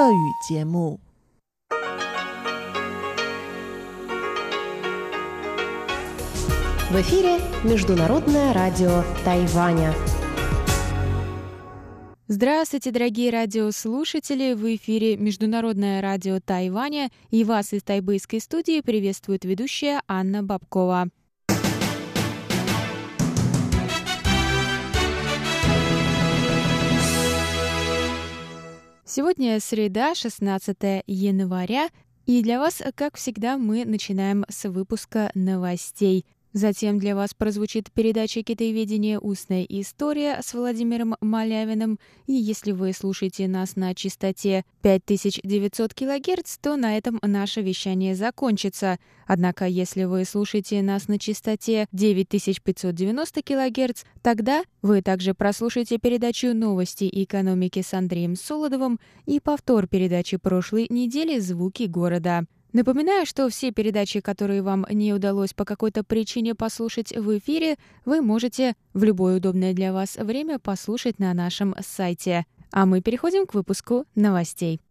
В эфире Международное радио Тайваня. Здравствуйте, дорогие радиослушатели! В эфире Международное радио Тайваня, и вас из тайбэйской студии приветствует ведущая Анна Бабкова. Сегодня среда, 16 января, и для вас, как всегда, мы начинаем с выпуска новостей. Затем для вас прозвучит передача «Китаеведение. Устная история» с Владимиром Малявиным. И если вы слушаете нас на частоте 5900 кГц, то на этом наше вещание закончится. Однако, если вы слушаете нас на частоте 9590 кГц, тогда вы также прослушаете передачу «Новости экономики» с Андреем Солодовым и повтор передачи прошлой недели «Звуки города». Напоминаю, что все передачи, которые вам не удалось по какой-то причине послушать в эфире, вы можете в любое удобное для вас время послушать на нашем сайте. А мы переходим к выпуску новостей.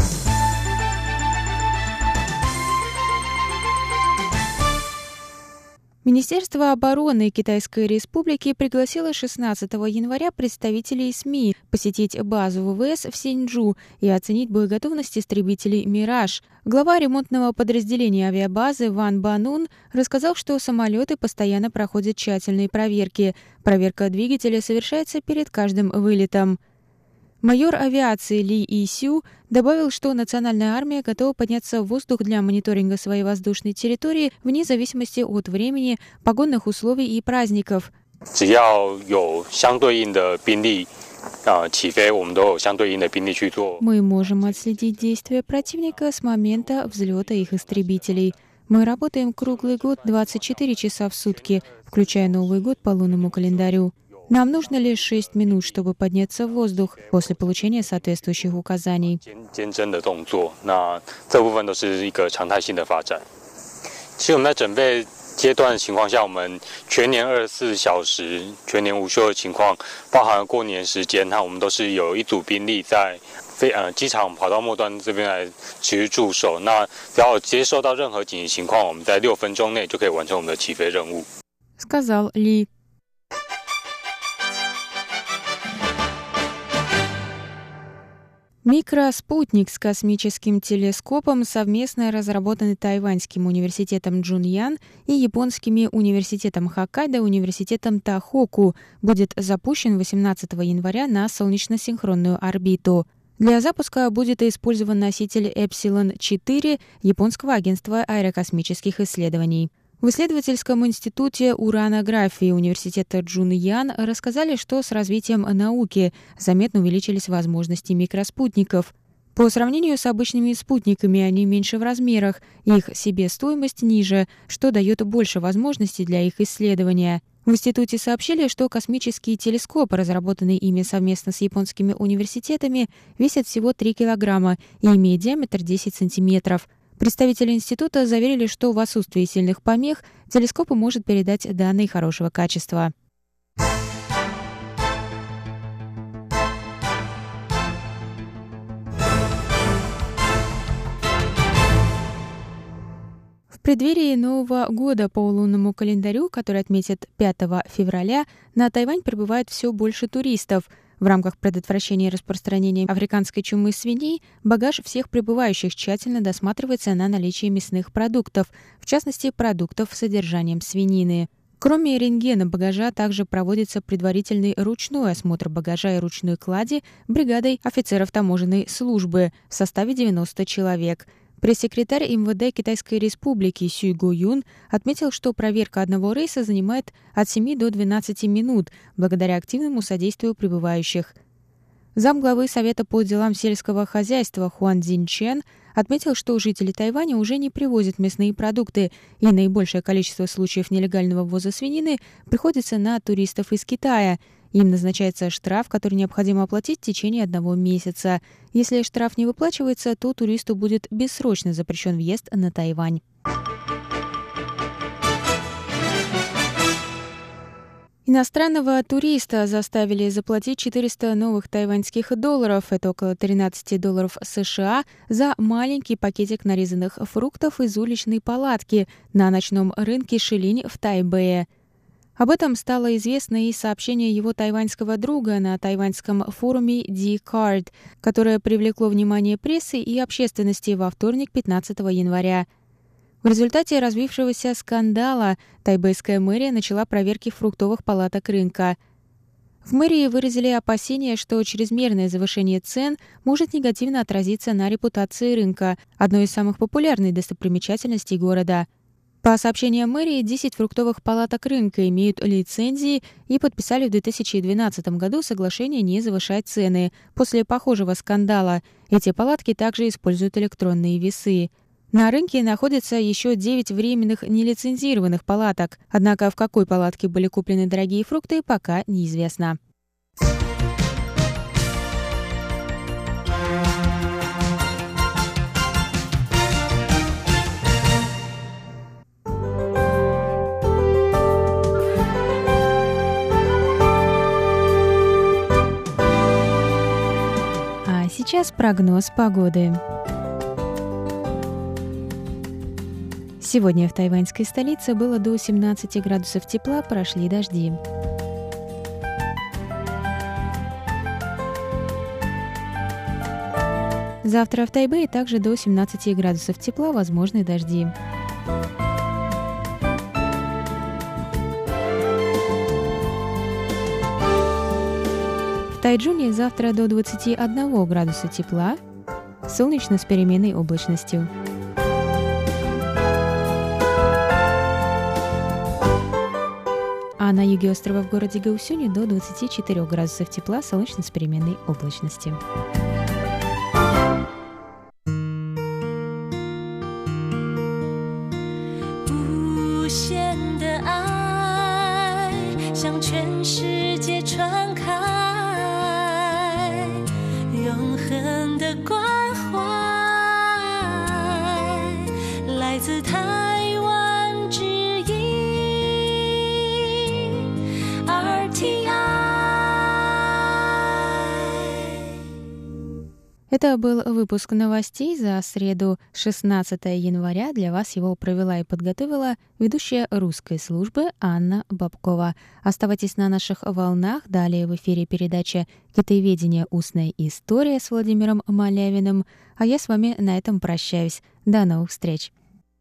Министерство обороны Китайской Республики пригласило 16 января представителей СМИ посетить базу ВВС в Синьчжу и оценить боеготовность истребителей «Мираж». Глава ремонтного подразделения авиабазы Ван Банун рассказал, что самолеты постоянно проходят тщательные проверки. Проверка двигателя совершается перед каждым вылетом. Майор авиации Ли И-Сю добавил, что национальная армия готова подняться в воздух для мониторинга своей воздушной территории вне зависимости от времени, погодных условий и праздников. Мы можем отследить действия противника с момента взлета их истребителей. Мы работаем круглый год, 24 часа в сутки, включая Новый год по лунному календарю. Нам нужно лишь 6 минут, чтобы подняться в воздух после получения соответствующих указаний. Сказал Ли. Микроспутник с космическим телескопом, совместно разработанный Тайваньским университетом Джуньян и японскими университетом Хоккайдо и университетом Тохоку, будет запущен 18 января на солнечно-синхронную орбиту. Для запуска будет использован носитель Эпсилон-4 японского агентства аэрокосмических исследований. В исследовательском институте уранографии университета Джуньян рассказали, что с развитием науки заметно увеличились возможности микроспутников. По сравнению с обычными спутниками они меньше в размерах, их себестоимость ниже, что дает больше возможностей для их исследования. В институте сообщили, что космический телескоп, разработанный ими совместно с японскими университетами, весит всего 3 килограмма и имеет диаметр 10 сантиметров. Представители института заверили, что в отсутствии сильных помех телескоп может передать данные хорошего качества. В преддверии Нового года по лунному календарю, который отметят 5 февраля, на Тайвань прибывает все больше туристов. В рамках предотвращения распространения африканской чумы свиней багаж всех прибывающих тщательно досматривается на наличие мясных продуктов, в частности, продуктов с содержанием свинины. Кроме рентгена багажа, также проводится предварительный ручной осмотр багажа и ручной клади бригадой офицеров таможенной службы в составе 90 человек. Пресс-секретарь МВД Китайской Республики Сюй Го Юн отметил, что проверка одного рейса занимает от 7 до 12 минут благодаря активному содействию прибывающих. Замглавы Совета по делам сельского хозяйства Хуан Цзиньчэн отметил, что жители Тайваня уже не привозят мясные продукты, и наибольшее количество случаев нелегального ввоза свинины приходится на туристов из Китая. Им назначается штраф, который необходимо оплатить в течение 1 месяца. Если штраф не выплачивается, то туристу будет бессрочно запрещен въезд на Тайвань. Иностранного туриста заставили заплатить 400 новых тайваньских долларов, это около 13 долларов США, за маленький пакетик нарезанных фруктов из уличной палатки на ночном рынке Шилинь в Тайбэе. Об этом стало известно из сообщения его тайваньского друга на тайваньском форуме D-Card, которое привлекло внимание прессы и общественности во вторник, 15 января. В результате развившегося скандала тайбэйская мэрия начала проверки фруктовых палаток рынка. В мэрии выразили опасения, что чрезмерное завышение цен может негативно отразиться на репутации рынка, одной из самых популярных достопримечательностей города. По сообщениям мэрии, 10 фруктовых палаток рынка имеют лицензии и подписали в 2012 году соглашение не завышать цены. После похожего скандала эти палатки также используют электронные весы. На рынке находится еще 9 временных нелицензированных палаток, однако в какой палатке были куплены дорогие фрукты, пока неизвестно. А сейчас прогноз погоды. Сегодня в тайваньской столице было до 17 градусов тепла, прошли дожди. Завтра в Тайбэе также до 17 градусов тепла, возможны дожди. В Тайчжуне завтра до 21 градуса тепла, солнечно с переменной облачностью. А на юге острова в городе Гаусюне до 24 градусов тепла, солнечно с переменной облачностью. Это был выпуск новостей за среду, 16 января. Для вас его провела и подготовила ведущая русской службы Анна Бабкова. Оставайтесь на наших волнах. Далее в эфире передача «Китаеведение. Устная история» с Владимиром Малявиным. А я с вами на этом прощаюсь. До новых встреч!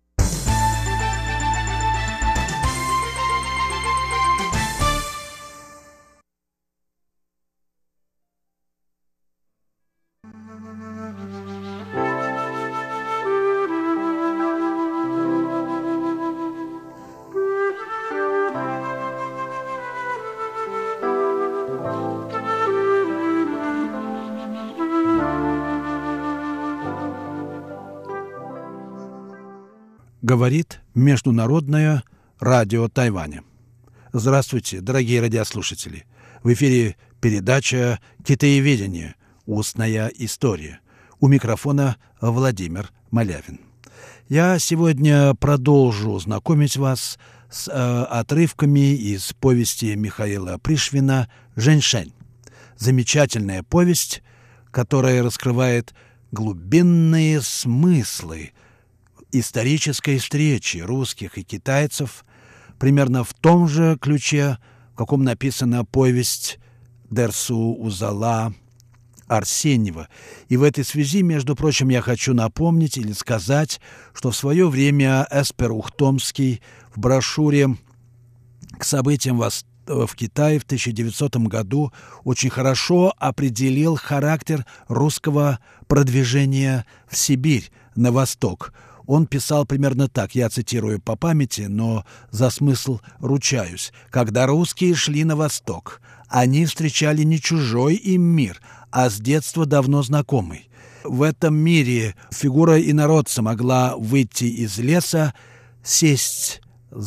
Говорит Международное радио Тайваня. Здравствуйте, дорогие радиослушатели. В эфире передача «Китаеведение. Устная история». У микрофона Владимир Малявин. Я сегодня продолжу знакомить вас с отрывками из повести Михаила Пришвина «Жэньшэнь». Замечательная повесть, которая раскрывает глубинные смыслы исторической встречи русских и китайцев примерно в том же ключе, в каком написана повесть Дерсу Узала Арсеньева. И в этой связи, между прочим, я хочу напомнить или сказать, что в свое время Эспер Ухтомский в брошюре к событиям в Китае в 1900 году очень хорошо определил характер русского продвижения в Сибирь, на восток. Он писал примерно так, я цитирую по памяти, но за смысл ручаюсь. «Когда русские шли на восток, они встречали не чужой им мир, а с детства давно знакомый. В этом мире фигура инородца могла выйти из леса, сесть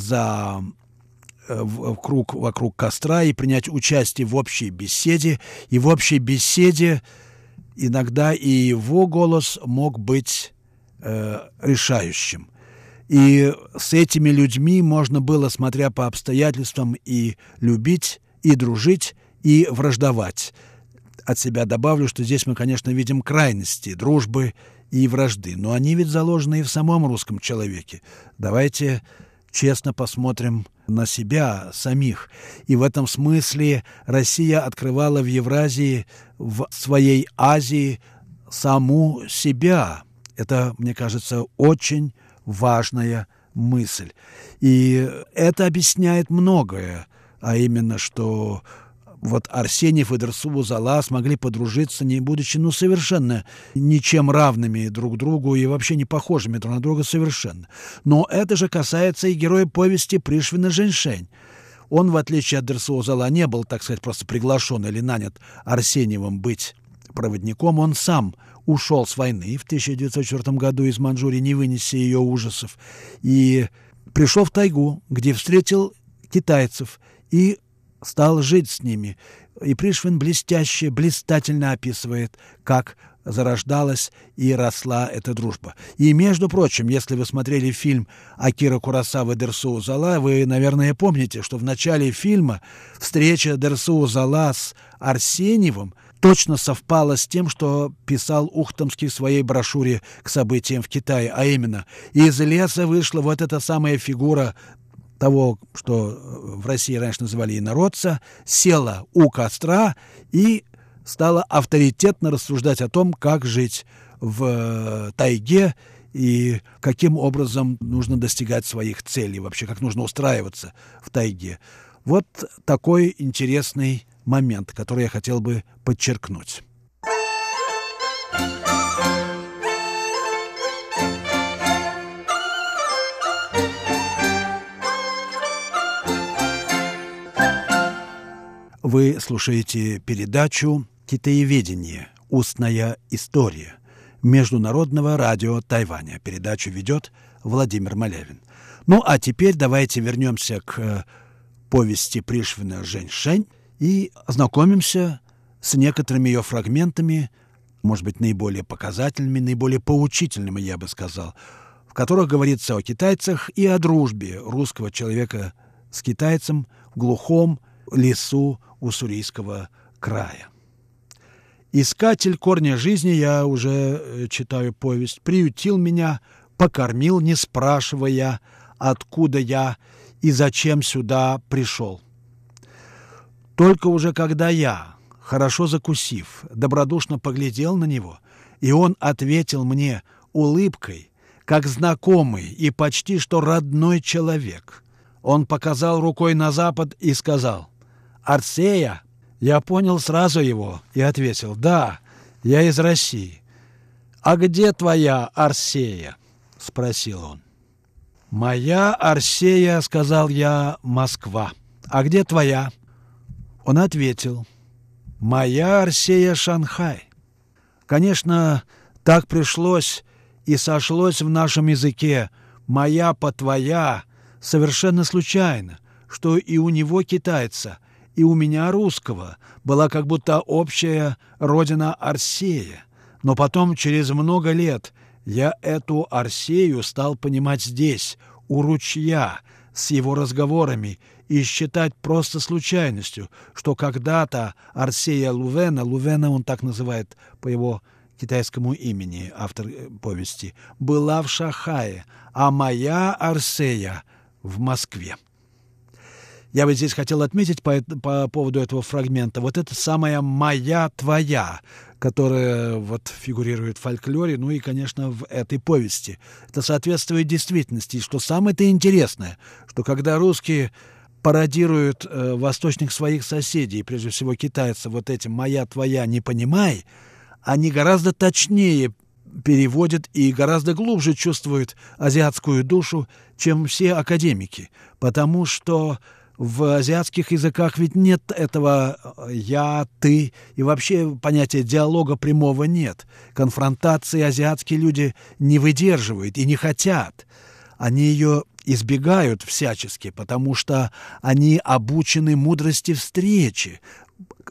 вокруг костра и принять участие в общей беседе, и в общей беседе иногда и его голос мог быть решающим. И с этими людьми можно было, смотря по обстоятельствам, и любить, и дружить, и враждовать. От себя добавлю, что здесь мы, конечно, видим крайности дружбы и вражды, но они ведь заложены и в самом русском человеке. Давайте честно посмотрим на себя самих. И в этом смысле Россия открывала в Евразии, в своей Азии, саму себя. Это, мне кажется, очень важная мысль. И это объясняет многое, а именно, что вот Арсеньев и Дерсу-Узала смогли подружиться, не будучи совершенно ничем равными друг другу и вообще не похожими друг на друга совершенно. Но это же касается и героя повести Пришвина Женьшень. Он, в отличие от Дерсу-Узала, не был, так сказать, просто приглашен или нанят Арсеньевым быть проводником. Он сам ушел с войны в 1904 году из Манчжурии, не вынеся ее ужасов, и пришел в тайгу, где встретил китайцев и стал жить с ними. И Пришвин блистательно описывает, как зарождалась и росла эта дружба. И, между прочим, если вы смотрели фильм Акира Куросавы «Дерсу-Узала», вы, наверное, помните, что в начале фильма встреча Дерсу-Узала с Арсеньевым точно совпало с тем, что писал Ухтомский в своей брошюре к событиям в Китае, а именно, из леса вышла вот эта самая фигура того, что в России раньше называли инородца, села у костра и стала авторитетно рассуждать о том, как жить в тайге и каким образом нужно достигать своих целей, вообще как нужно устраиваться в тайге. Вот такой интересный момент, который я хотел бы подчеркнуть. Вы слушаете передачу «Китаеведение. Устная история» Международного радио Тайваня. Передачу ведет Владимир Малявин. Ну, а теперь давайте вернемся к повести Пришвина «Женьшень» и ознакомимся с некоторыми ее фрагментами, может быть, наиболее показательными, наиболее поучительными, я бы сказал, в которых говорится о китайцах и о дружбе русского человека с китайцем в глухом лесу Уссурийского края. Искатель корня жизни, я уже читаю повесть, приютил меня, покормил, не спрашивая, откуда я и зачем сюда пришел. Только уже когда я, хорошо закусив, добродушно поглядел на него, и он ответил мне улыбкой, как знакомый и почти что родной человек. Он показал рукой на запад и сказал: «Арсея?» Я понял сразу его и ответил: «Да, я из России». «А где твоя Арсея?» — спросил он. «Моя Арсея, — сказал я, — Москва. А где твоя?» Он ответил: «Моя Арсея — Шанхай». Конечно, так пришлось и сошлось в нашем языке «моя по твоя» совершенно случайно, что и у него, китайца, и у меня, русского, была как будто общая родина Арсея. Но потом, через много лет, я эту Арсею стал понимать здесь, у ручья, с его разговорами, и считать просто случайностью, что когда-то Арсея Лувена он так называет по его китайскому имени, автор повести, была в Шанхае, а моя Арсея в Москве. Я вот здесь хотел отметить по поводу этого фрагмента вот это самая «моя твоя», которая вот фигурирует в фольклоре, ну и, конечно, в этой повести. Это соответствует действительности. И что самое-то интересное, что когда русские пародируют восточных своих соседей, прежде всего китайцев, вот этим «моя твоя, не понимай», они гораздо точнее переводят и гораздо глубже чувствуют азиатскую душу, чем все академики, потому что в азиатских языках ведь нет этого «я», «ты», и вообще понятия диалога прямого нет. Конфронтации азиатские люди не выдерживают и не хотят. Они ее избегают всячески, потому что они обучены мудрости встречи.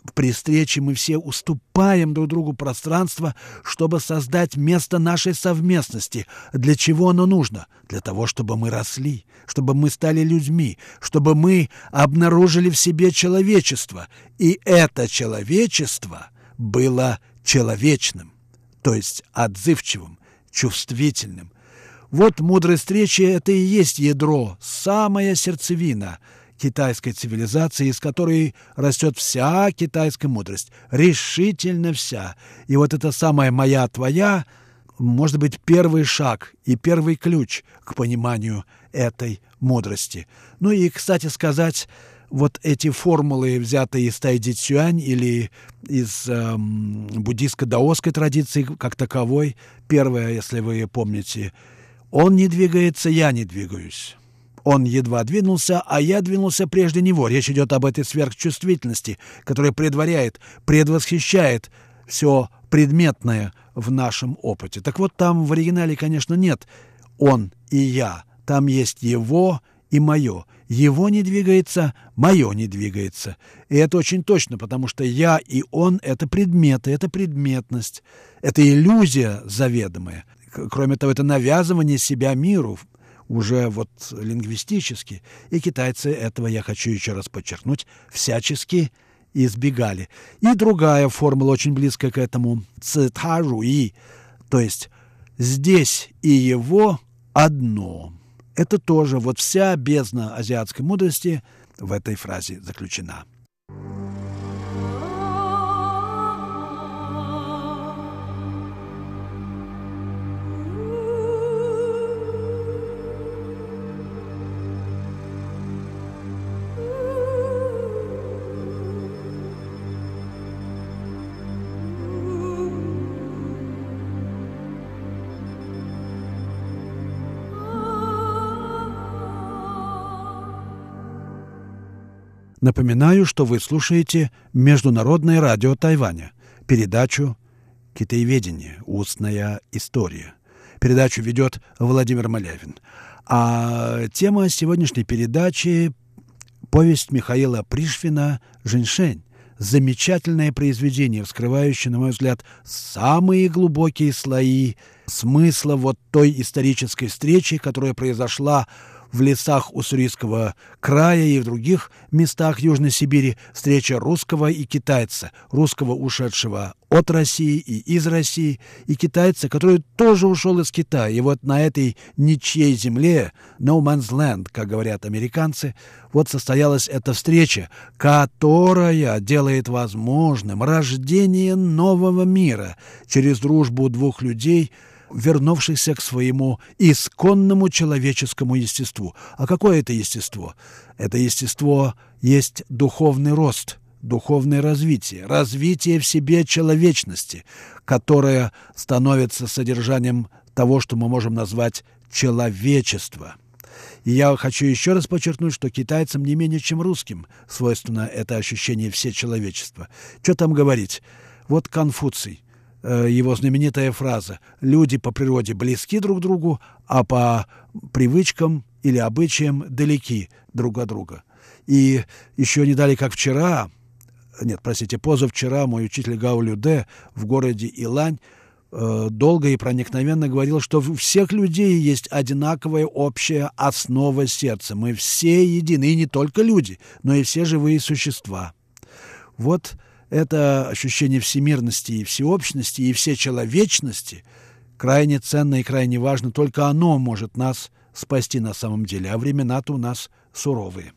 При встрече мы все уступаем друг другу пространство, чтобы создать место нашей совместности. Для чего оно нужно? Для того, чтобы мы росли, чтобы мы стали людьми, чтобы мы обнаружили в себе человечество. И это человечество было человечным, то есть отзывчивым, чувствительным. Вот мудрые встречи – это и есть ядро, самая сердцевина китайской цивилизации, из которой растет вся китайская мудрость, решительно вся. И вот это самая моя, твоя, может быть, первый шаг и первый ключ к пониманию этой мудрости. Ну и, кстати сказать, вот эти формулы, взятые из Тайди Цюань или из буддистско-даосской традиции как таковой, первое, если вы помните, «Он не двигается, я не двигаюсь». Он едва двинулся, а я двинулся прежде него. Речь идет об этой сверхчувствительности, которая предваряет, предвосхищает все предметное в нашем опыте. Так вот, там в оригинале, конечно, нет «он» и «я». Там есть «его» и «мое». Его не двигается, мое не двигается. И это очень точно, потому что «я» и «он» — это предметы, это предметность, это иллюзия заведомая. Кроме того, это навязывание себя миру, уже вот лингвистически. И китайцы этого, я хочу еще раз подчеркнуть, всячески избегали. И другая формула, очень близкая к этому, цитаруи, то есть здесь и его одно. Это тоже вот вся бездна азиатской мудрости в этой фразе заключена. Напоминаю, что вы слушаете Международное радио Тайваня, передачу «Китаеведение. Устная история». Передачу ведет Владимир Малявин. А тема сегодняшней передачи – повесть Михаила Пришвина «Жэньшэнь». Замечательное произведение, вскрывающее, на мой взгляд, самые глубокие слои смысла вот той исторической встречи, которая произошла в лесах Уссурийского края и в других местах Южной Сибири, встреча русского и китайца, русского, ушедшего от России и из России, и китайца, который тоже ушел из Китая. И вот на этой ничьей земле, no man's land, как говорят американцы, вот состоялась эта встреча, которая делает возможным рождение нового мира через дружбу двух людей, вернувшихся к своему исконному человеческому естеству. А какое это естество? Это естество есть духовный рост, духовное развитие, развитие в себе человечности, которое становится содержанием того, что мы можем назвать человечество. И я хочу еще раз подчеркнуть, что китайцам не менее чем русским свойственно это ощущение всечеловечества. Что там говорить? Вот Конфуций. Его знаменитая фраза «Люди по природе близки друг к другу, а по привычкам или обычаям далеки друг от друга». И еще не далее, как вчера, позавчера мой учитель Гао Люде в городе Илань долго и проникновенно говорил, что у всех людей есть одинаковая общая основа сердца. Мы все едины, и не только люди, но и все живые существа. Вот это ощущение всемирности и всеобщности и всечеловечности крайне ценно и крайне важно. Только оно может нас спасти на самом деле. А времена-то у нас суровые.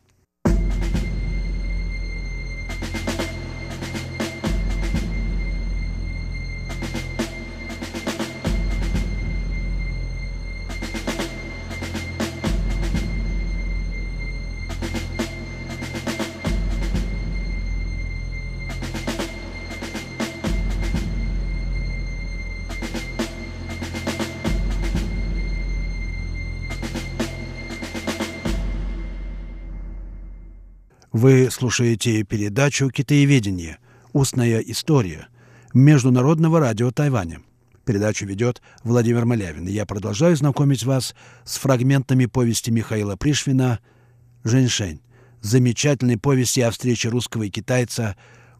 Вы слушаете передачу «Китаеведение. Устная история» Международного радио Тайваня. Передачу ведет Владимир Малявин. И я продолжаю знакомить вас с фрагментами повести Михаила Пришвина «Жэньшэнь». Замечательной повести о встрече русского и китайца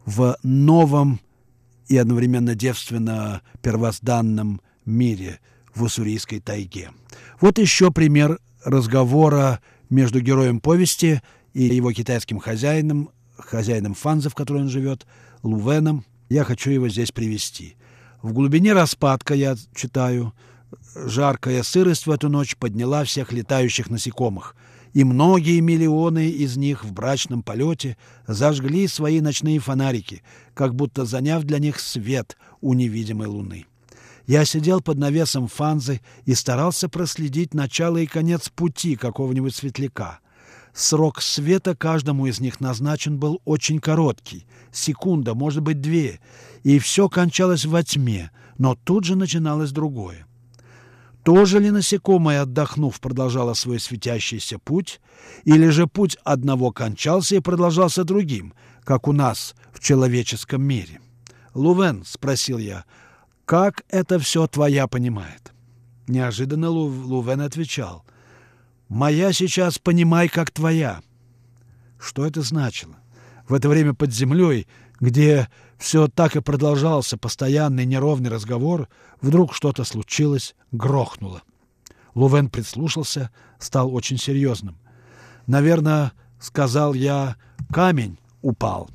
в новом и одновременно девственно первозданном мире в уссурийской тайге. Вот еще пример разговора между героем повести и его китайским хозяином Фанзы, в которой он живет, Лувеном. Я хочу его здесь привести. В глубине распадка, я читаю, жаркая сырость в эту ночь подняла всех летающих насекомых, и многие миллионы из них в брачном полете зажгли свои ночные фонарики, как будто заняв для них свет у невидимой луны. Я сидел под навесом Фанзы и старался проследить начало и конец пути какого-нибудь светляка. Срок света каждому из них назначен был очень короткий, секунда, может быть, 2, и все кончалось во тьме, но тут же начиналось другое. Тоже ли насекомое, отдохнув, продолжало свой светящийся путь, или же путь одного кончался и продолжался другим, как у нас в человеческом мире? «Лувен», — спросил я, — «как это все твоя понимает?» Неожиданно Лувен отвечал: «Моя сейчас понимай, как твоя». Что это значило? В это время под землей, где все так и продолжался постоянный неровный разговор, вдруг что-то случилось, грохнуло. Лувен прислушался, стал очень серьезным. «Наверное, — сказал я, — камень упал».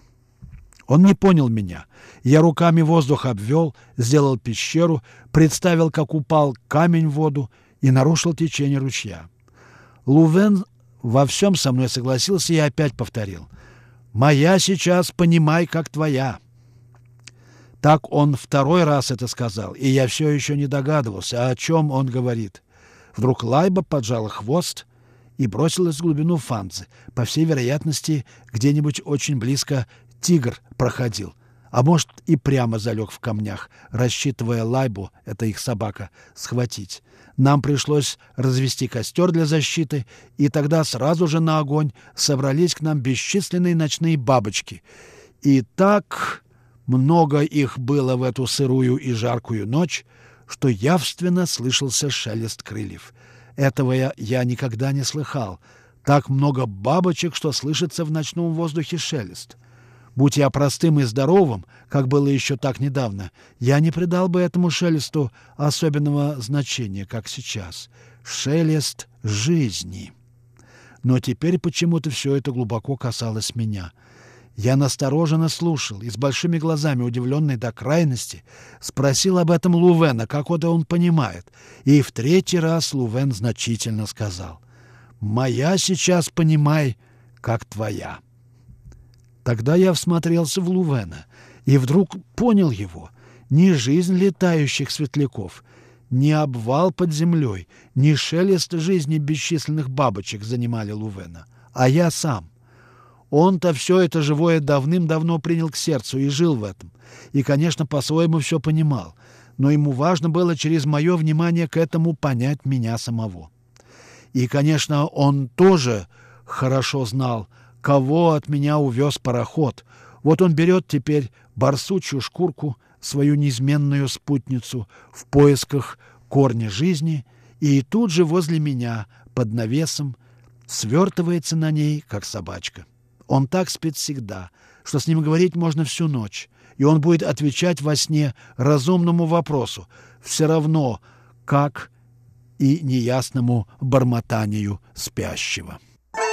Он не понял меня. Я руками воздух обвел, сделал пещеру, представил, как упал камень в воду и нарушил течение ручья. Лувен во всем со мной согласился и опять повторил: «Моя сейчас понимай, как твоя». Так он второй раз это сказал, и я все еще не догадывался, о чем он говорит. Вдруг Лайба поджала хвост и бросилась в глубину Фанзы. По всей вероятности, где-нибудь очень близко тигр проходил, а может и прямо залег в камнях, рассчитывая Лайбу, это их собака, схватить. Нам пришлось развести костер для защиты, и тогда сразу же на огонь собрались к нам бесчисленные ночные бабочки. И так много их было в эту сырую и жаркую ночь, что явственно слышался шелест крыльев. Этого я никогда не слыхал. Так много бабочек, что слышится в ночном воздухе шелест. Будь я простым и здоровым, как было еще так недавно, я не придал бы этому шелесту особенного значения, как сейчас. Шелест жизни. Но теперь почему-то все это глубоко касалось меня. Я настороженно слушал и с большими глазами, удивленный до крайности, спросил об этом Лувена, как это он понимает. И в третий раз Лувен значительно сказал: «Моя сейчас понимай, как твоя». Тогда я всмотрелся в Лувена и вдруг понял его. Ни жизнь летающих светляков, ни обвал под землей, ни шелест жизни бесчисленных бабочек занимали Лувена, а я сам. Он-то все это живое давным-давно принял к сердцу и жил в этом. И, конечно, по-своему все понимал, но ему важно было через мое внимание к этому понять меня самого. И, конечно, он тоже хорошо знал, кого от меня увез пароход. Вот он берет теперь барсучью шкурку, свою неизменную спутницу, в поисках корня жизни, и тут же возле меня, под навесом, свертывается на ней, как собачка. Он так спит всегда, что с ним говорить можно всю ночь, и он будет отвечать во сне разумному вопросу, все равно как и неясному бормотанию спящего.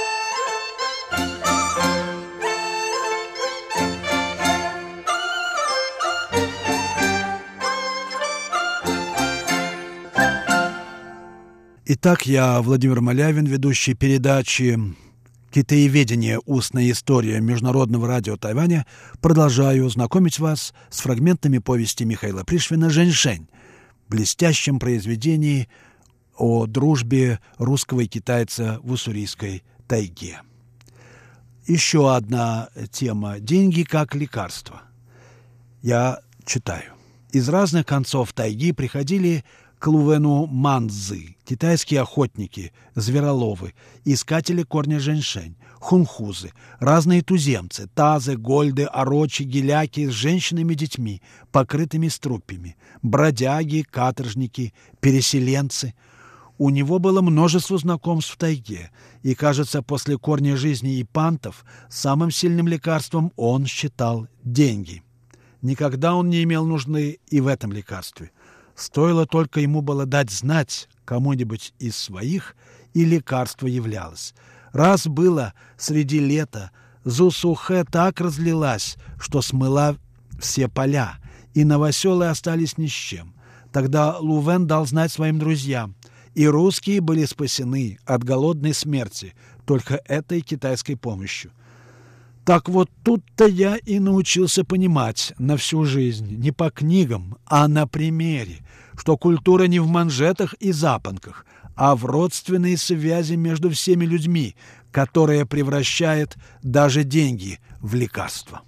Итак, я Владимир Малявин, ведущий передачи «Китаеведение. Устная история» Международного радио Тайваня, продолжаю знакомить вас с фрагментами повести Михаила Пришвина «Жэньшэнь», блестящем произведении о дружбе русского и китайца в уссурийской тайге. Еще одна тема – деньги как лекарство. Я читаю. Из разных концов тайги приходили к Лувену манзы, китайские охотники, звероловы, искатели корня жэньшэнь, хунхузы, разные туземцы, тазы, гольды, орочи, геляки с женщинами и детьми, покрытыми струпьями, бродяги, каторжники, переселенцы. У него было множество знакомств в тайге, и, кажется, после корня жизни и пантов самым сильным лекарством он считал деньги. Никогда он не имел нужды и в этом лекарстве. Стоило только ему было дать знать кому-нибудь из своих, и лекарство являлось. Раз было среди лета, Зусухэ так разлилась, что смыла все поля, и новоселы остались ни с чем. Тогда Лувен дал знать своим друзьям, и русские были спасены от голодной смерти только этой китайской помощью. Так вот тут-то я и научился понимать на всю жизнь, не по книгам, а на примере, что культура не в манжетах и запонках, а в родственной связи между всеми людьми, которая превращает даже деньги в лекарство.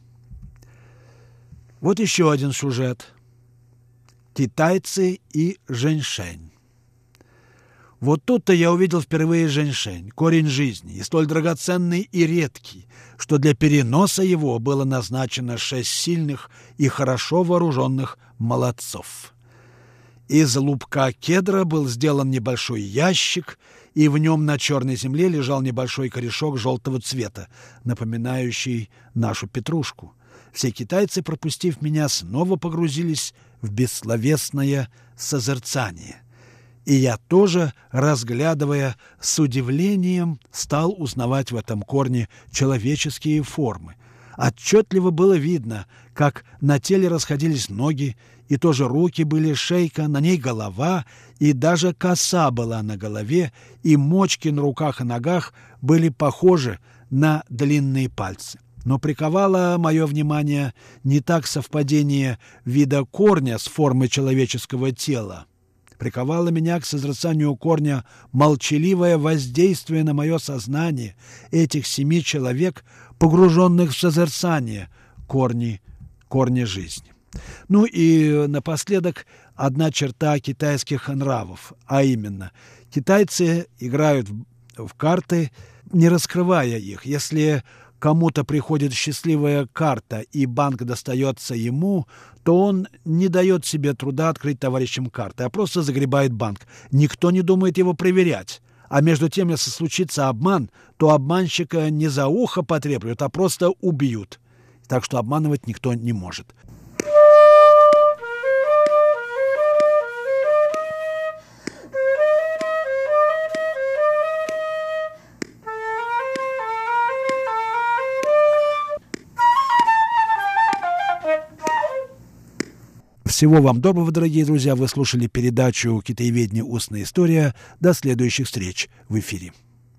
Вот еще один сюжет. Китайцы и женьшень. Вот тут-то я увидел впервые женьшень, корень жизни, и столь драгоценный и редкий, что для переноса его было назначено 6 сильных и хорошо вооруженных молодцов. Из лубка кедра был сделан небольшой ящик, и в нем на черной земле лежал небольшой корешок желтого цвета, напоминающий нашу петрушку. Все китайцы, пропустив меня, снова погрузились в бессловесное созерцание. И я тоже, разглядывая с удивлением, стал узнавать в этом корне человеческие формы. Отчетливо было видно, как на теле расходились ноги, и тоже руки были, шейка, на ней голова, и даже коса была на голове, и мочки на руках и ногах были похожи на длинные пальцы. Но приковало мое внимание не так совпадение вида корня с формой человеческого тела. Приковало меня к созерцанию корня молчаливое воздействие на мое сознание этих 7 человек, погруженных в созерцание корни жизни. Ну и напоследок одна черта китайских нравов, а именно, китайцы играют в карты, не раскрывая их. Если кому-то приходит счастливая карта, и банк достается ему, то он не дает себе труда открыть товарищам карты, а просто загребает банк. Никто не думает его проверять. А между тем, если случится обман, то обманщика не за ухо потреплют, а просто убьют. Так что обманывать никто не может. Всего вам доброго, дорогие друзья. Вы слушали передачу «Китаеведение. Устная история». До следующих встреч в эфире.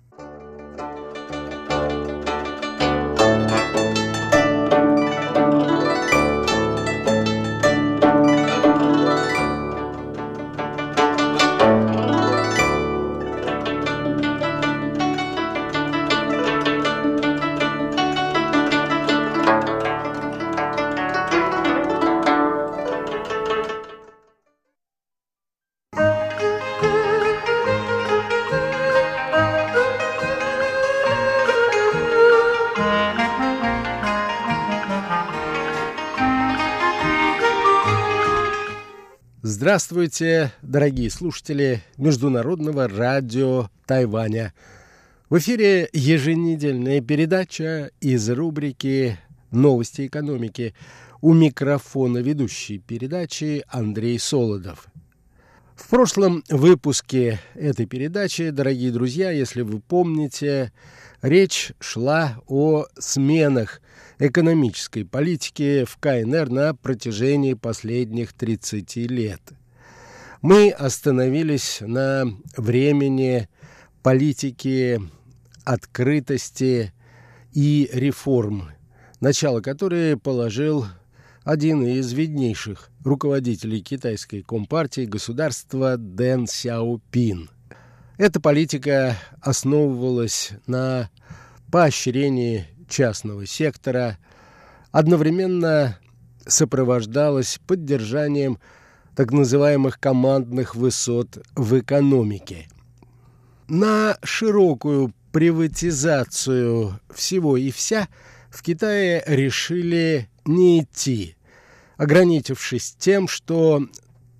Здравствуйте, дорогие слушатели Международного радио Тайваня. В эфире еженедельная передача из рубрики «Новости экономики». У микрофона ведущий передачи Андрей Солодов. В прошлом выпуске этой передачи, дорогие друзья, если вы помните, речь шла о сменах экономической политики в КНР на протяжении последних 30 лет. Мы остановились на времени политики открытости и реформ, начало которой положил один из виднейших руководителей китайской компартии государства Дэн Сяопин. Эта политика основывалась на поощрении частного сектора, одновременно сопровождалась поддержанием так называемых командных высот в экономике. На широкую приватизацию всего и вся в Китае решили не идти, ограничившись тем, что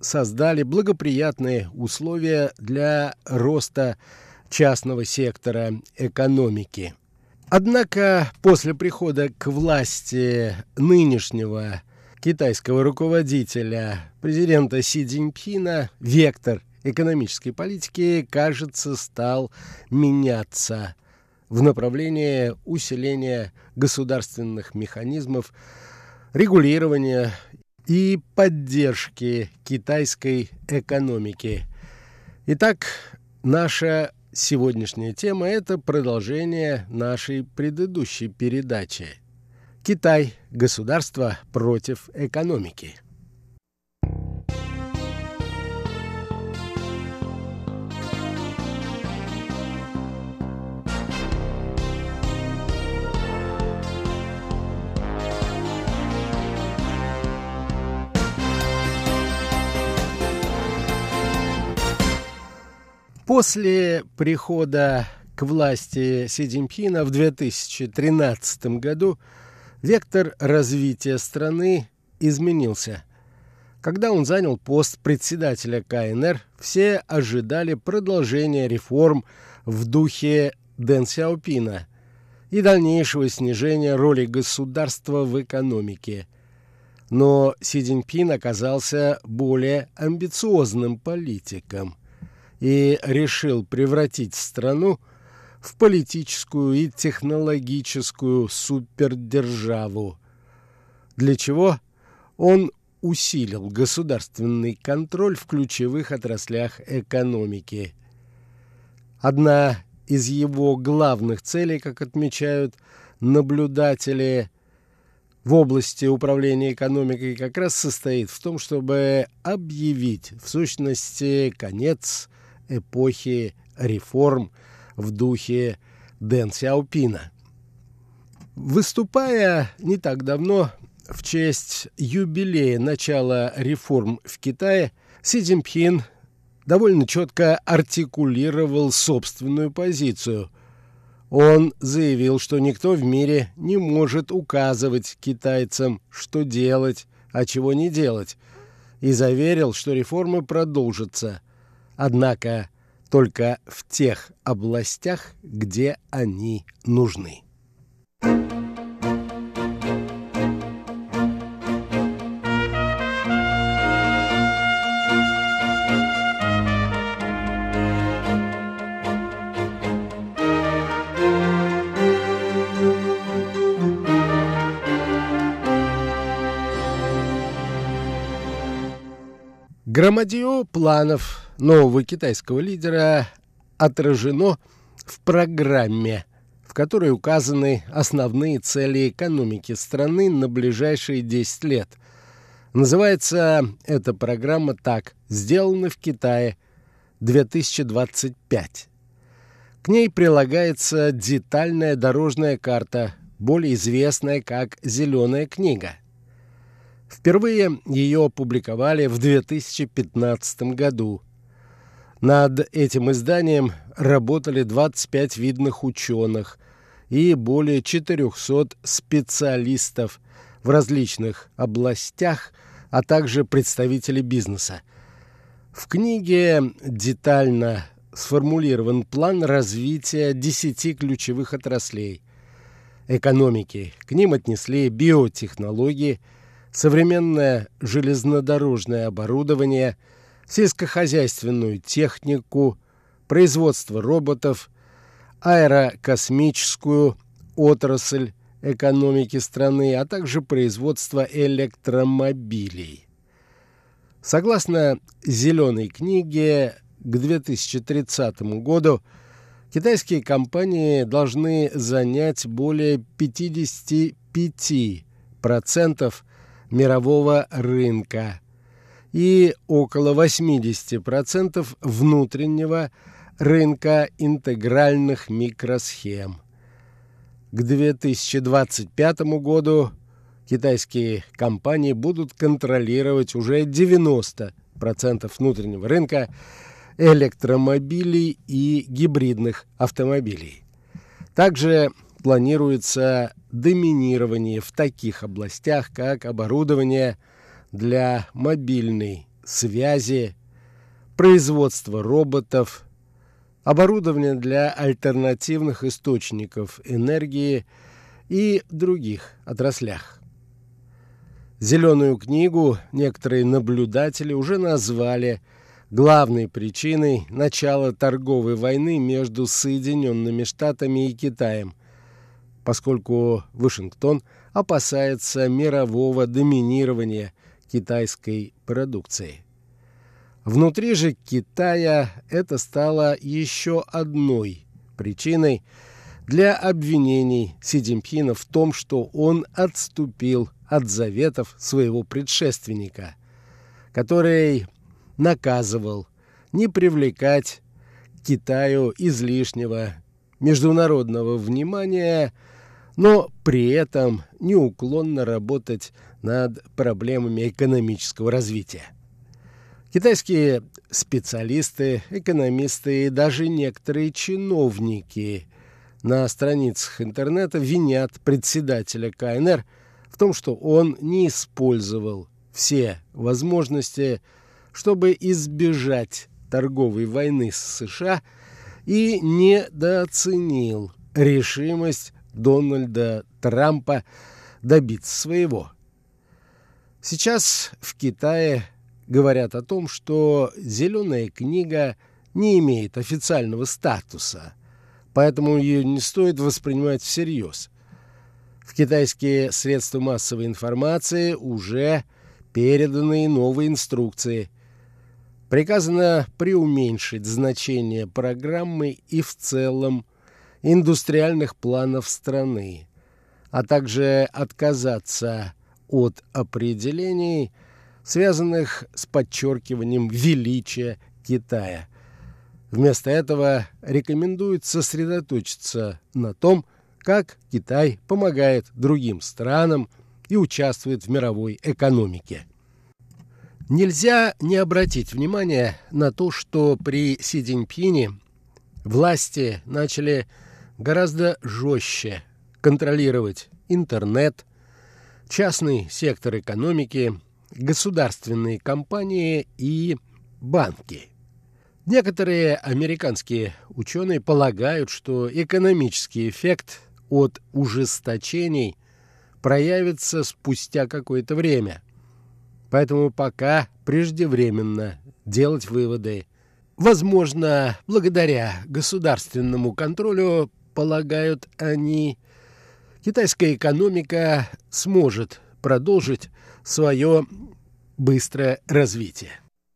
создали благоприятные условия для роста частного сектора экономики. Однако после прихода к власти нынешнего китайского руководителя, президента Си Цзиньпина, вектор экономической политики, кажется, стал меняться в направлении усиления государственных механизмов регулирования и поддержки китайской экономики. Итак, наша сегодняшняя тема – это продолжение нашей предыдущей передачи. Китай – государство против экономики. После прихода к власти Си Цзиньпина в 2013 году вектор развития страны изменился. Когда он занял пост председателя КНР, все ожидали продолжения реформ в духе Дэн Сяопина и дальнейшего снижения роли государства в экономике. Но Си Цзиньпин оказался более амбициозным политиком и решил превратить страну в политическую и технологическую супердержаву, для чего он усилил государственный контроль в ключевых отраслях экономики. Одна из его главных целей, как отмечают наблюдатели в области управления экономикой, как раз состоит в том, чтобы объявить, в сущности, конец эпохи реформ в духе Дэн Сяопина. Выступая не так давно в честь юбилея начала реформ в Китае, Си Цзиньпин довольно четко артикулировал собственную позицию. Он заявил, что никто в мире не может указывать китайцам, что делать, а чего не делать, и заверил, что реформы продолжатся. Однако только в тех областях, где они нужны. Громадье планов нового китайского лидера отражено в программе, в которой указаны основные цели экономики страны на ближайшие 10 лет. Называется эта программа так: «Сделано в Китае 2025». К ней прилагается детальная дорожная карта, более известная как «Зеленая книга». Впервые ее опубликовали в 2015 году. Над этим изданием работали 25 видных ученых и более 400 специалистов в различных областях, а также представители бизнеса. В книге детально сформулирован план развития 10 ключевых отраслей экономики. К ним отнесли биотехнологии, современное железнодорожное оборудование, сельскохозяйственную технику, производство роботов, аэрокосмическую отрасль экономики страны, а также производство электромобилей. Согласно «Зеленой книге», к 2030 году китайские компании должны занять более 55% мирового рынка и около 80% внутреннего рынка интегральных микросхем. К 2025 году китайские компании будут контролировать уже 90% внутреннего рынка электромобилей и гибридных автомобилей. Также планируется доминирование в таких областях, как оборудование для мобильной связи, производство роботов, оборудование для альтернативных источников энергии и других отраслях. «Зеленую книгу» некоторые наблюдатели уже назвали главной причиной начала торговой войны между Соединенными Штатами и Китаем, поскольку Вашингтон опасается мирового доминирования китайской продукции. Внутри же Китая это стало еще одной причиной для обвинений Си Цзиньпина в том, что он отступил от заветов своего предшественника, который наказывал не привлекать к Китаю излишнего международного внимания, но при этом неуклонно работать над проблемами экономического развития. Китайские специалисты, экономисты и даже некоторые чиновники на страницах интернета винят председателя КНР в том, что он не использовал все возможности, чтобы избежать торговой войны с США, и недооценил решимость Дональда Трампа добиться своего. Сейчас в Китае говорят о том, что «Зеленая книга» не имеет официального статуса, поэтому ее не стоит воспринимать всерьез. В китайские средства массовой информации уже переданы новые инструкции. Приказано преуменьшить значение программы и в целом индустриальных планов страны, а также отказаться от определений, связанных с подчеркиванием величия Китая. Вместо этого рекомендуют сосредоточиться на том, как Китай помогает другим странам и участвует в мировой экономике. Нельзя не обратить внимание на то, что при Си Цзиньпине власти начали гораздо жестче контролировать интернет, частный сектор экономики, государственные компании и банки. Некоторые американские ученые полагают, что экономический эффект от ужесточений проявится спустя какое-то время. Поэтому пока преждевременно делать выводы. Возможно, благодаря государственному контролю, полагают они, китайская экономика сможет продолжить свое быстрое развитие.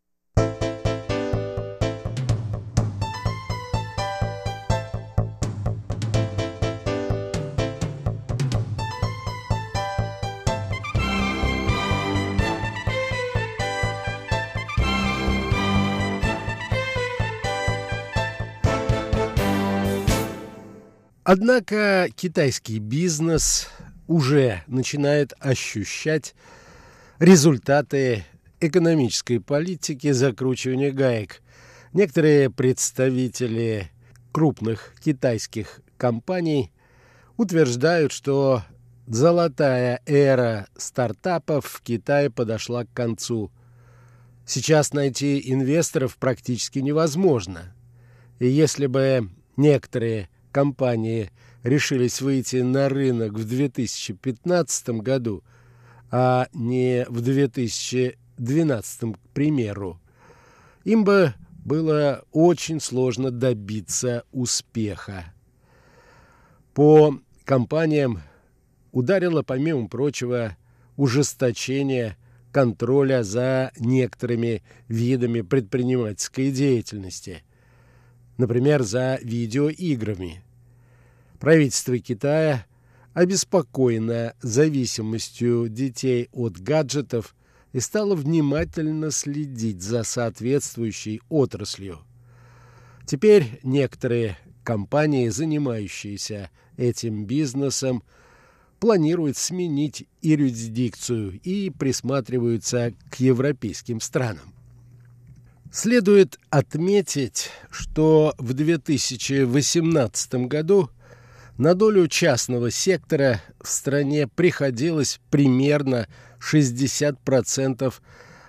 Однако китайский бизнес уже начинает ощущать результаты экономической политики закручивания гаек. Некоторые представители крупных китайских компаний утверждают, что золотая эра стартапов в Китае подошла к концу. Сейчас найти инвесторов практически невозможно. И если бы некоторые компании решились выйти на рынок в 2015 году, а не в 2012, к примеру, им бы было очень сложно добиться успеха. По компаниям ударило, помимо прочего, ужесточение контроля за некоторыми видами предпринимательской деятельности, например, за видеоиграми. Правительство Китая обеспокоено зависимостью детей от гаджетов и стало внимательно следить за соответствующей отраслью. Теперь некоторые компании, занимающиеся этим бизнесом, планируют сменить юрисдикцию и присматриваются к европейским странам. Следует отметить, что в 2018 году на долю частного сектора в стране приходилось примерно 60%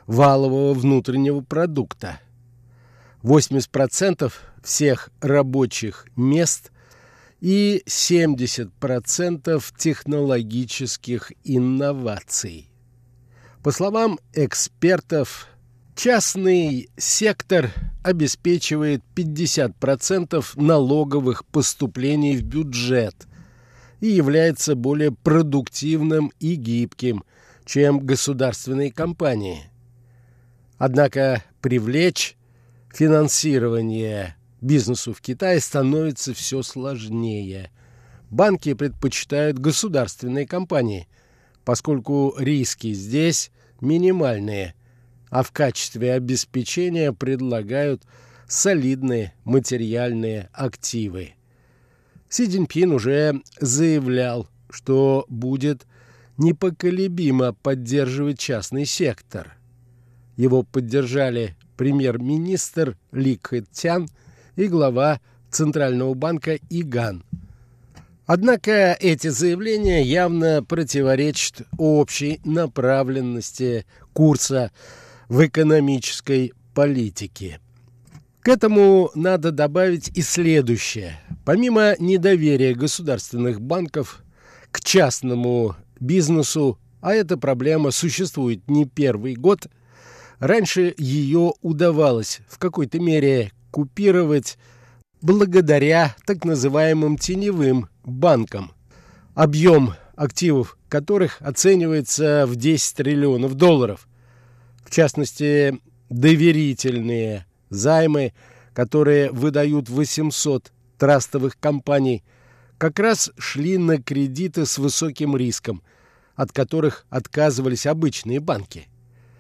валового внутреннего продукта. 80% всех рабочих мест и 70% технологических инноваций. По словам экспертов, частный сектор обеспечивает 50% налоговых поступлений в бюджет и является более продуктивным и гибким, чем государственные компании. Однако привлечь финансирование бизнесу в Китае становится все сложнее. Банки предпочитают государственные компании, поскольку риски здесь минимальные, а в качестве обеспечения предлагают солидные материальные активы. Си Цзиньпин уже заявлял, что будет непоколебимо поддерживать частный сектор. Его поддержали премьер-министр Ли Кэцян и глава Центрального банка Иган. Однако эти заявления явно противоречат общей направленности курса в экономической политике. К этому надо добавить и следующее. Помимо недоверия государственных банков к частному бизнесу, а эта проблема существует не первый год, раньше ее удавалось в какой-то мере купировать благодаря так называемым теневым банкам, объем активов которых оценивается в 10 триллионов долларов. В частности, доверительные займы, которые выдают 800 трастовых компаний, как раз шли на кредиты с высоким риском, от которых отказывались обычные банки.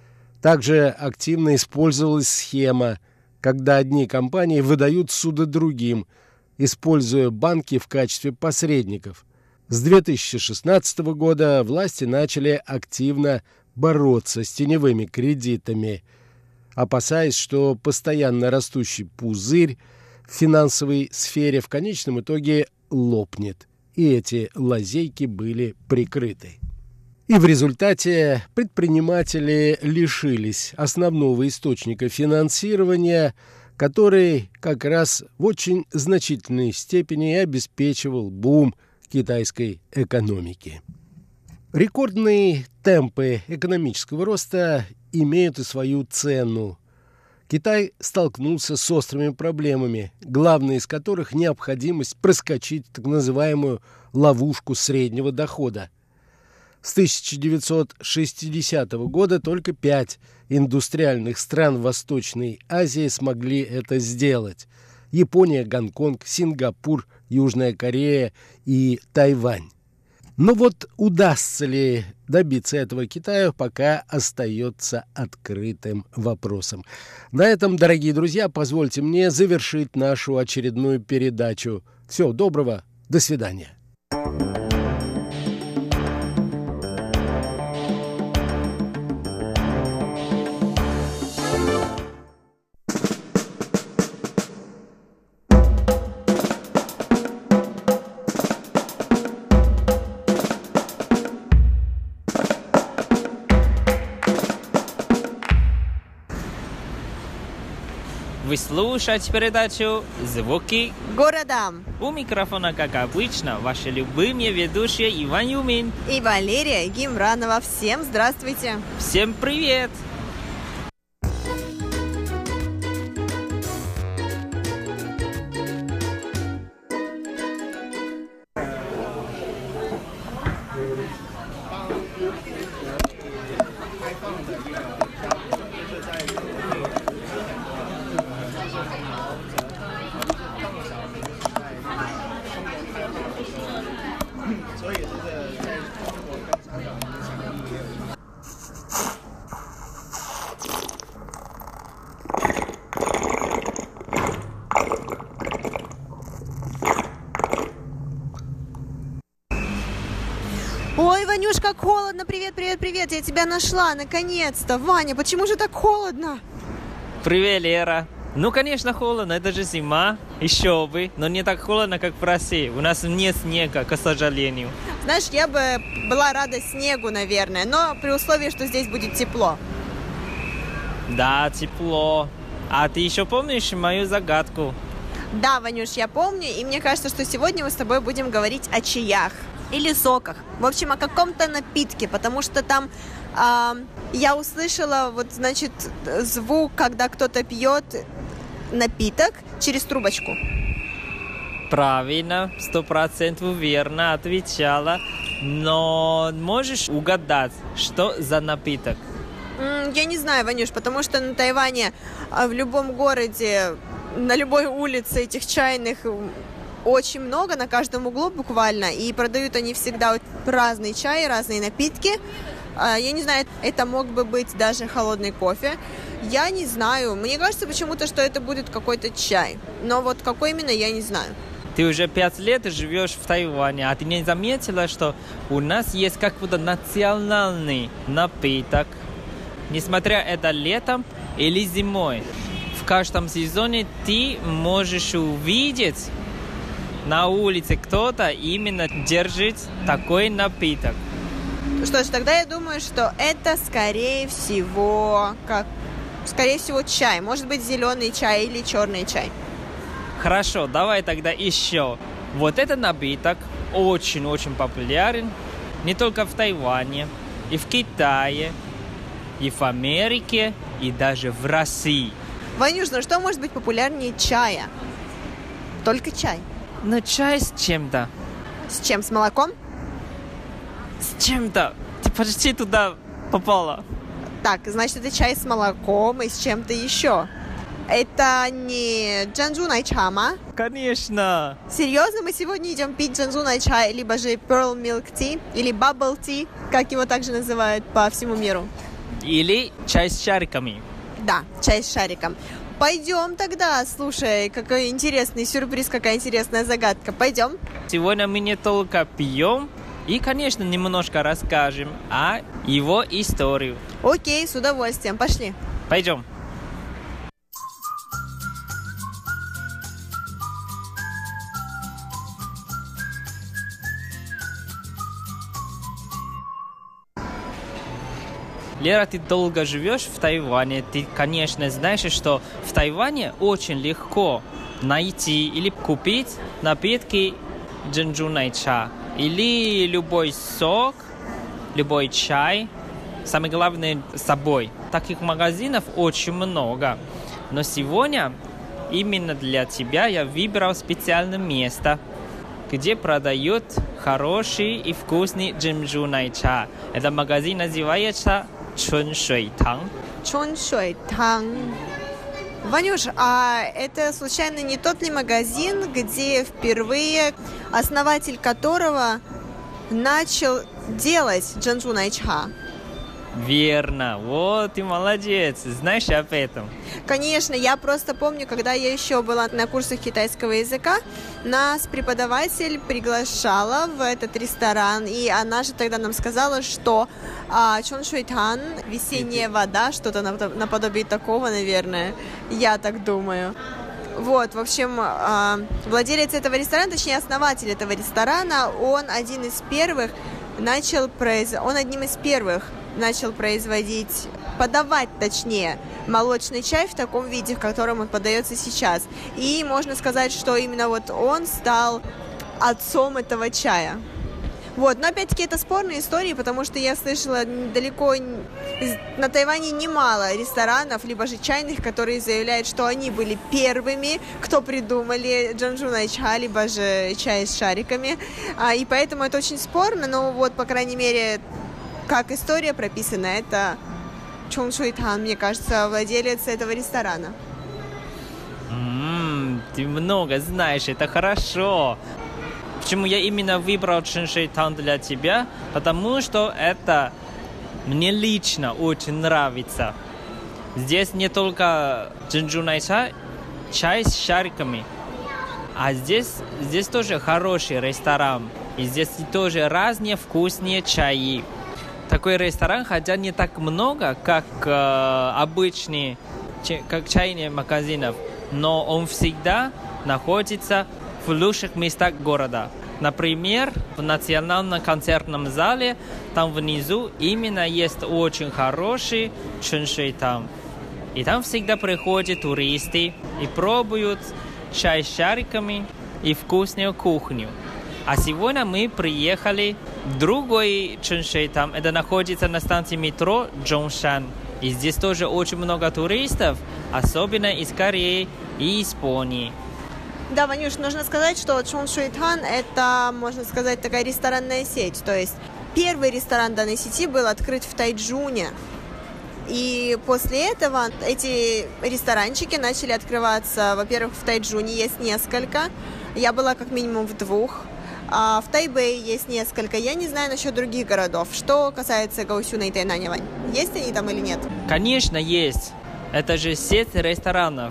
Также активно использовалась схема, когда одни компании выдают ссуды другим, используя банки в качестве посредников. С 2016 года власти начали активно бороться с теневыми кредитами, опасаясь, что постоянно растущий пузырь в финансовой сфере в конечном итоге лопнет, и эти лазейки были прикрыты. И в результате предприниматели лишились основного источника финансирования, который как раз в очень значительной степени обеспечивал бум китайской экономики. Рекордные темпы экономического роста имеют и свою цену. Китай столкнулся с острыми проблемами, главная из которых необходимость проскочить так называемую ловушку среднего дохода. С 1960 года только 5 индустриальных стран Восточной Азии смогли это сделать: Япония, Гонконг, Сингапур, Южная Корея и Тайвань. Но вот удастся ли добиться этого Китаю, пока остается открытым вопросом. На этом, дорогие друзья, позвольте мне завершить нашу очередную передачу. Всего доброго, до свидания. Вы слушаете передачу «Звуки города». У микрофона, как обычно, ваши любимые ведущие Иван Юмин и Валерия Гимранова. Всем здравствуйте. Всем привет! Ой, Ванюш, как холодно. Привет, привет, привет. Я тебя нашла, наконец-то. Ваня, почему же так холодно? Привет, Лера. Ну, конечно, холодно. Это же зима. Еще бы. Но не так холодно, как в России. У нас нет снега, к сожалению. Знаешь, я бы была рада снегу, наверное. Но при условии, что здесь будет тепло. Да, тепло. А ты еще помнишь мою загадку? Да, Ванюш, я помню, и мне кажется, что сегодня мы с тобой будем говорить о чаях или соках. В общем, о каком-то напитке, потому что там я услышала, вот, значит, звук, когда кто-то пьет напиток через трубочку. Правильно, 100% верно отвечала. Но можешь угадать, что за напиток? Я не знаю, Ванюш, потому что на Тайване в любом городе, на любой улице этих чайных очень много, на каждом углу буквально, и продают они всегда разный чай, разные напитки. Я не знаю, это мог бы быть даже холодный кофе. Я не знаю, мне кажется почему-то, что это будет какой-то чай, но вот какой именно, я не знаю. Ты уже 5 лет живешь в Тайване, а ты не заметила, что у нас есть какой-то национальный напиток, несмотря это летом или зимой. В каждом сезоне ты можешь увидеть на улице кто-то именно держит такой напиток. Что ж, тогда я думаю, что это скорее всего чай. Может быть, зеленый чай или черный чай. Хорошо, давай тогда еще. Вот этот напиток очень-очень популярен не только в Тайване, и в Китае, и в Америке, и даже в России. Ванюш, ну что может быть популярнее чая? Только чай. Но чай с чем-то. С чем? С молоком? С чем-то. Ты почти туда попала. Так, значит, это чай с молоком и с чем-то еще. Это не джанжу найча, ма? Конечно. Серьезно, мы сегодня идем пить джанжу найча, либо же pearl milk tea, или bubble tea, как его также называют по всему миру. Или чай с шариками. Да, чай с шариком. Пойдем тогда, слушай, какой интересный сюрприз, какая интересная загадка. Пойдем. Сегодня мы не только пьем, и, конечно, немножко расскажем о его истории. Окей, с удовольствием. Пошли. Пойдем. Лера, ты долго живешь в Тайване. Ты, конечно, знаешь, что в Тайване очень легко найти или купить напитки джинджу найча. Или любой сок, любой чай. Самое главное, с собой. Таких магазинов очень много. Но сегодня именно для тебя я выбрал специальное место, где продают хороший и вкусный джинджу найча. Этот магазин называется Чуншуйтанг. Чуншуйтанг. Ванюш, а это случайно не тот ли магазин, где впервые основатель которого начал делать джинджу найча? Верно. Вот, ты молодец. Знаешь об этом? Конечно, я просто помню, когда я еще была на курсах китайского языка, нас преподаватель приглашала в этот ресторан, и она же тогда нам сказала, что чоншуйтан, весенняя вода, что-то наподобие такого, наверное, я так думаю. Вот, в общем, владелец этого ресторана, точнее, основатель этого ресторана, он одним из первых начал подавать, точнее, молочный чай в таком виде, в котором он подается сейчас. И можно сказать, что именно вот он стал отцом этого чая. Вот, но опять-таки это спорные истории, потому что я слышала на Тайване немало ресторанов, либо же чайных, которые заявляют, что они были первыми, кто придумали джинджу найча, либо же чай с шариками. И поэтому это очень спорно, но вот, по крайней мере, как история прописана, это Чуншуйтан, мне кажется, владелец этого ресторана. Ты много знаешь, это хорошо. Почему я именно выбрал Чуншуйтан для тебя? Потому что это мне лично очень нравится. Здесь не только джинджу найча, чай с шариками, а здесь тоже хороший ресторан. И здесь тоже разные вкусные чаи. Такой ресторан, хотя не так много, как обычные, как чайные магазинов, но он всегда находится в лучших местах города. Например, в Национальном концертном зале, там внизу именно есть очень хороший Чуншуйтан. И там всегда приходят туристы и пробуют чай с шариками и вкусную кухню. А сегодня мы приехали в другой Чжэншэйтам. Это находится на станции метро Чжоушан. И здесь тоже очень много туристов, особенно из Кореи и Японии. Да, Ванюш, нужно сказать, что Чжэншэйтан – это, можно сказать, такая ресторанная сеть. То есть первый ресторан данной сети был открыт в Тайчжуне. И после этого эти ресторанчики начали открываться, во-первых, в Тайчжуне есть несколько. Я была как минимум в 2. А в Тайбэе есть несколько. Я не знаю насчет других городов. Что касается Гаосюна и Тайнаня, Вань, есть они там или нет? Конечно, есть. Это же сеть ресторанов.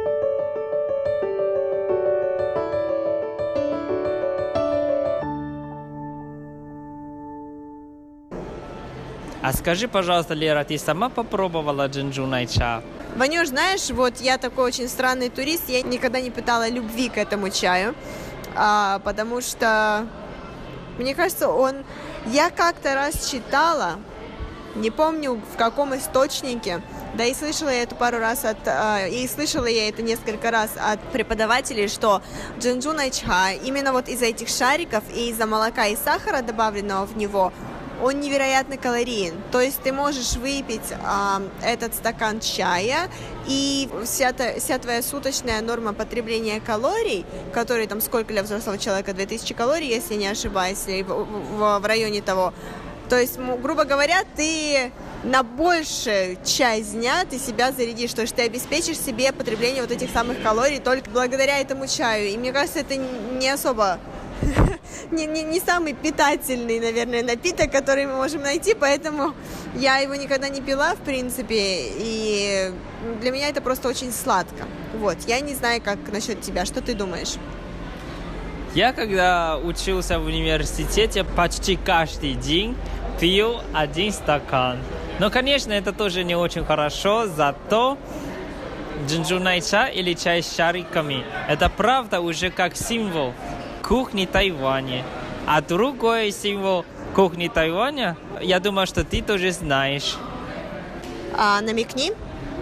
А скажи, пожалуйста, Лера, ты сама попробовала джинджунай-ча? Ванюш, знаешь, вот я такой очень странный турист, я никогда не питала любви к этому чаю, потому что, мне кажется, я как-то раз читала, не помню в каком источнике, да и слышала я это слышала я это несколько раз от преподавателей, что джинджунай-ча именно вот из-за этих шариков и из-за молока и сахара, добавленного в него, он невероятно калорийен. То есть ты можешь выпить этот стакан чая, и вся твоя суточная норма потребления калорий, которые там сколько для взрослого человека, 2000 калорий, если я не ошибаюсь, или в районе того. То есть, грубо говоря, ты на большую часть дня ты себя зарядишь, то есть ты обеспечишь себе потребление вот этих самых калорий только благодаря этому чаю. И мне кажется, это не особо... Не самый питательный, наверное, напиток, который мы можем найти, поэтому я его никогда не пила, в принципе, и для меня это просто очень сладко. Вот, я не знаю, как насчет тебя, что ты думаешь? Я, когда учился в университете, почти каждый день пил 1 стакан. Но, конечно, это тоже не очень хорошо, зато джинджунай-ча или чай с шариками – это правда уже как символ кухни Тайваня. А другой символ кухни Тайваня, я думаю, что ты тоже знаешь. Намекни.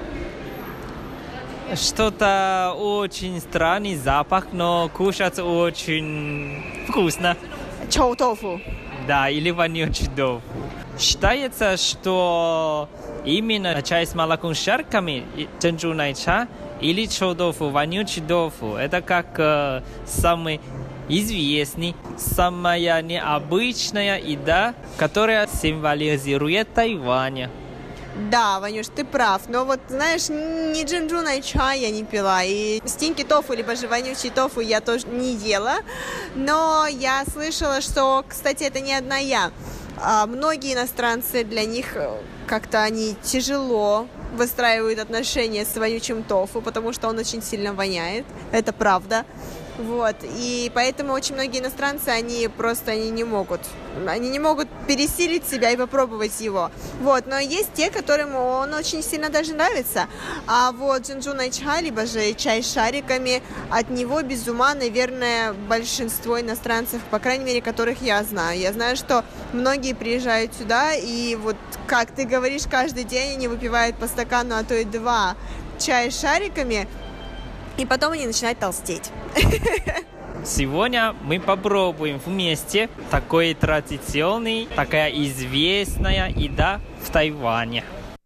Что-то очень странный запах, но кушать очень вкусно. Чоу-тофу. Да, или вонючий тофу. Считается, что именно чай с молоком с шариками, джинджунай-ча или чоу-тофу, вонючий тофу, это как самый известный, самая необычная еда, которая символизирует Тайвань. Да, Ванюш, ты прав. Но вот, знаешь, ни джинджунай-ча я не пила, и стинки тофу, либо же вонючий тофу я тоже не ела. Но я слышала, что, кстати, это не одна я. Многие иностранцы, для них как-то они тяжело выстраивают отношения с вонючим тофу, потому что он очень сильно воняет. Это правда. Вот, и поэтому очень многие иностранцы, они не могут пересилить себя и попробовать его. Вот, но есть те, которым он очень сильно даже нравится. А вот джинджунай-ча, либо же чай с шариками, от него без ума, наверное, большинство иностранцев, по крайней мере, которых я знаю. Я знаю, что многие приезжают сюда, и вот, как ты говоришь, каждый день они выпивают по стакану, а то и 2 чая с шариками, и потом они начинают толстеть. Сегодня мы попробуем вместе такая известная еда в Тайване.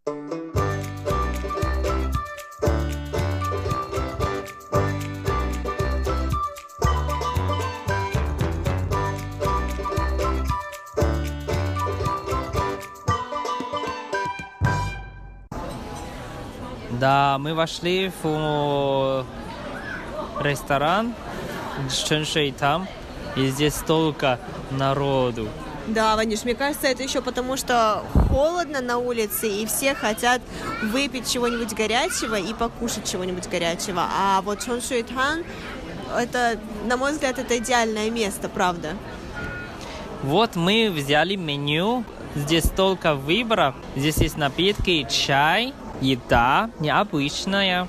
Да, мы вошли в ресторан Чжэншэйтам, и здесь столько народу. Да, Ванюш, мне кажется, это еще потому, что холодно на улице, и все хотят выпить чего-нибудь горячего и покушать чего-нибудь горячего. А вот Чжэншэйтам, это, на мой взгляд, это идеальное место, правда. Вот мы взяли меню, здесь столько выборов. Здесь есть напитки, чай, еда необычная,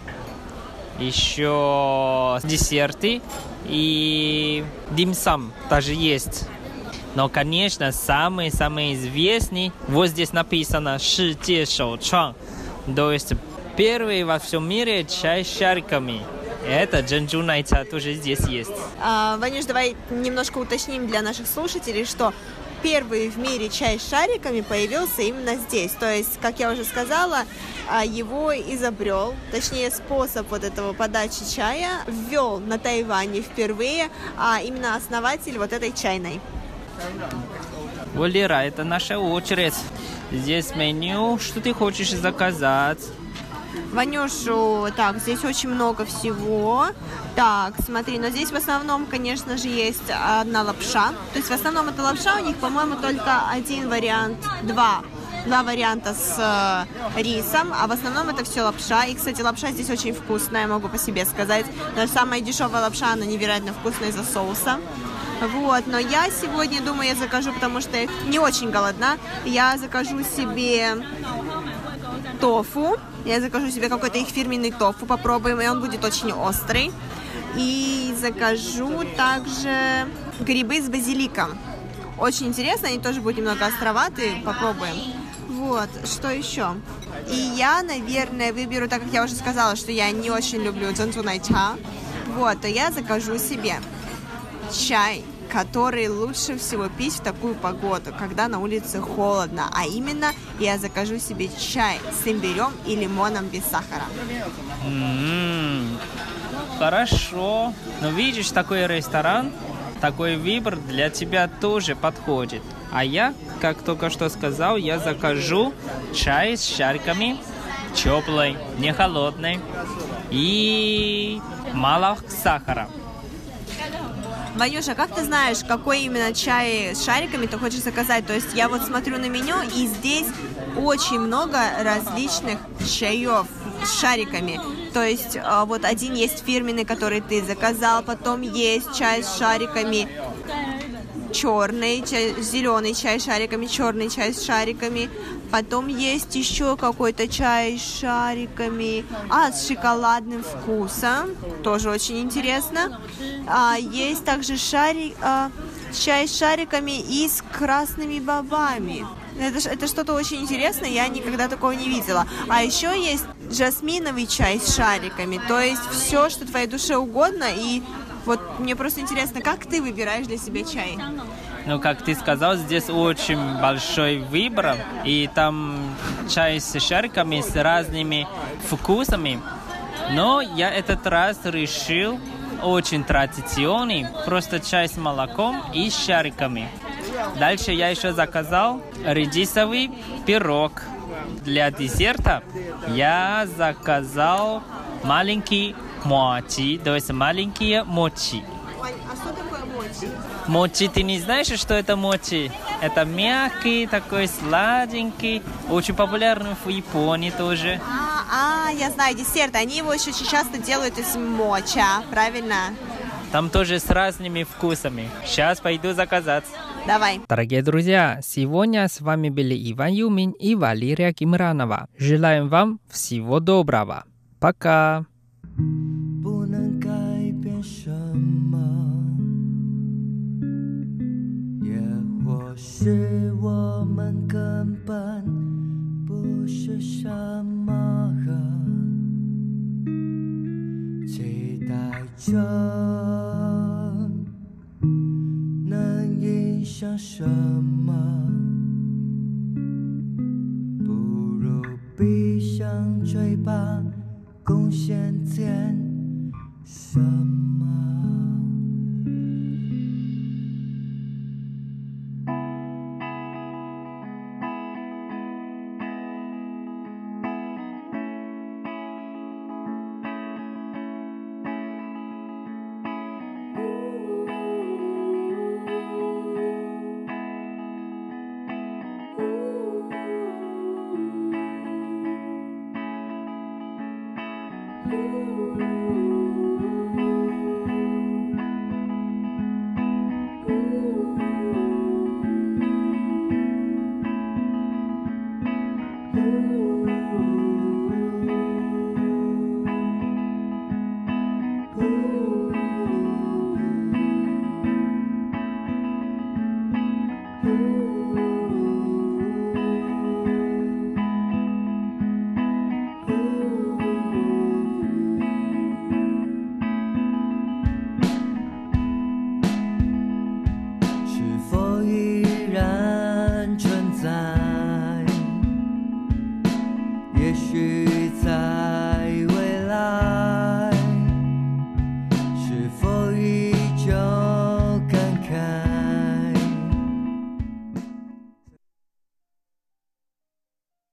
еще десерты и димсам тоже есть. Но, конечно, самый известный, вот здесь написано «Ши Cie Шоу Чуан», то есть Первый во всем мире чай с шариками. Это Jeonju Naicha тоже здесь есть. Ванюш, давай немножко уточним для наших слушателей, что первый в мире чай с шариками появился именно здесь. То есть, как я уже сказала, его изобрел, точнее способ вот этого подачи чая ввел на Тайване впервые, именно основатель вот этой чайной. Валера, это наша очередь. Здесь меню. Что ты хочешь заказать? Ванюшу, так, здесь очень много всего. Так, смотри, но здесь в основном, конечно же, есть одна лапша. То есть в основном это лапша, у них, по-моему, только один вариант, два варианта с рисом, а в основном это все лапша. И, кстати, лапша здесь очень вкусная, могу по себе сказать. Даже самая дешевая лапша, она невероятно вкусная из-за соуса. Вот, но я сегодня, думаю, я закажу, потому что я не очень голодна, я закажу себе тофу. Я закажу себе какой-то их фирменный тофу, попробуем, и он будет очень острый. И закажу также грибы с базиликом. Очень интересно, они тоже будут немного островатые, попробуем. Вот, что еще? И я, наверное, выберу, так как я уже сказала, что я не очень люблю Jeonju Naicha, вот, то я закажу себе чай, который лучше всего пить в такую погоду, когда на улице холодно. А именно, я закажу себе чай с имбирем и лимоном без сахара. Хорошо. Но видишь, такой ресторан, такой выбор для тебя тоже подходит. А я, как только что сказал, я закажу чай с шариками, теплый, не холодный и мало сахара. Ванюша, как ты знаешь, какой именно чай с шариками ты хочешь заказать? То есть я вот смотрю на меню, и здесь очень много различных чаев с шариками. То есть вот один есть фирменный, который ты заказал, потом есть чай с шариками черный, зеленый чай с шариками, черный чай с шариками. Потом есть еще какой-то чай с шариками, с шоколадным вкусом, тоже очень интересно. Есть также чай с шариками и с красными бобами. Это что-то очень интересное, я никогда такого не видела. А еще есть жасминовый чай с шариками, то есть все, что твоей душе угодно. И вот мне просто интересно, как ты выбираешь для себя чай? Ну, как ты сказал, здесь очень большой выбор, и там чай с шариками, с разными вкусами. Но я этот раз решил очень традиционный, просто чай с молоком и с шариками. Дальше я еще заказал редисовый пирог. Для десерта я заказал маленький мочи, то есть маленькие мочи. А что такое мочи? Мочи, ты не знаешь, что это мочи? Это мягкий, такой сладенький, очень популярный в Японии тоже. Я знаю, десерт. Они его еще очень часто делают из моча, правильно? Там тоже с разными вкусами. Сейчас пойду заказать. Давай. Дорогие друзья, сегодня с вами были Иван Юмин и Валерия Кимранова. Желаем вам всего доброго. Пока. 不能改变什么，也或许我们根本不是什么人，期待着能影响什么，不如闭上嘴巴贡献点什么。 许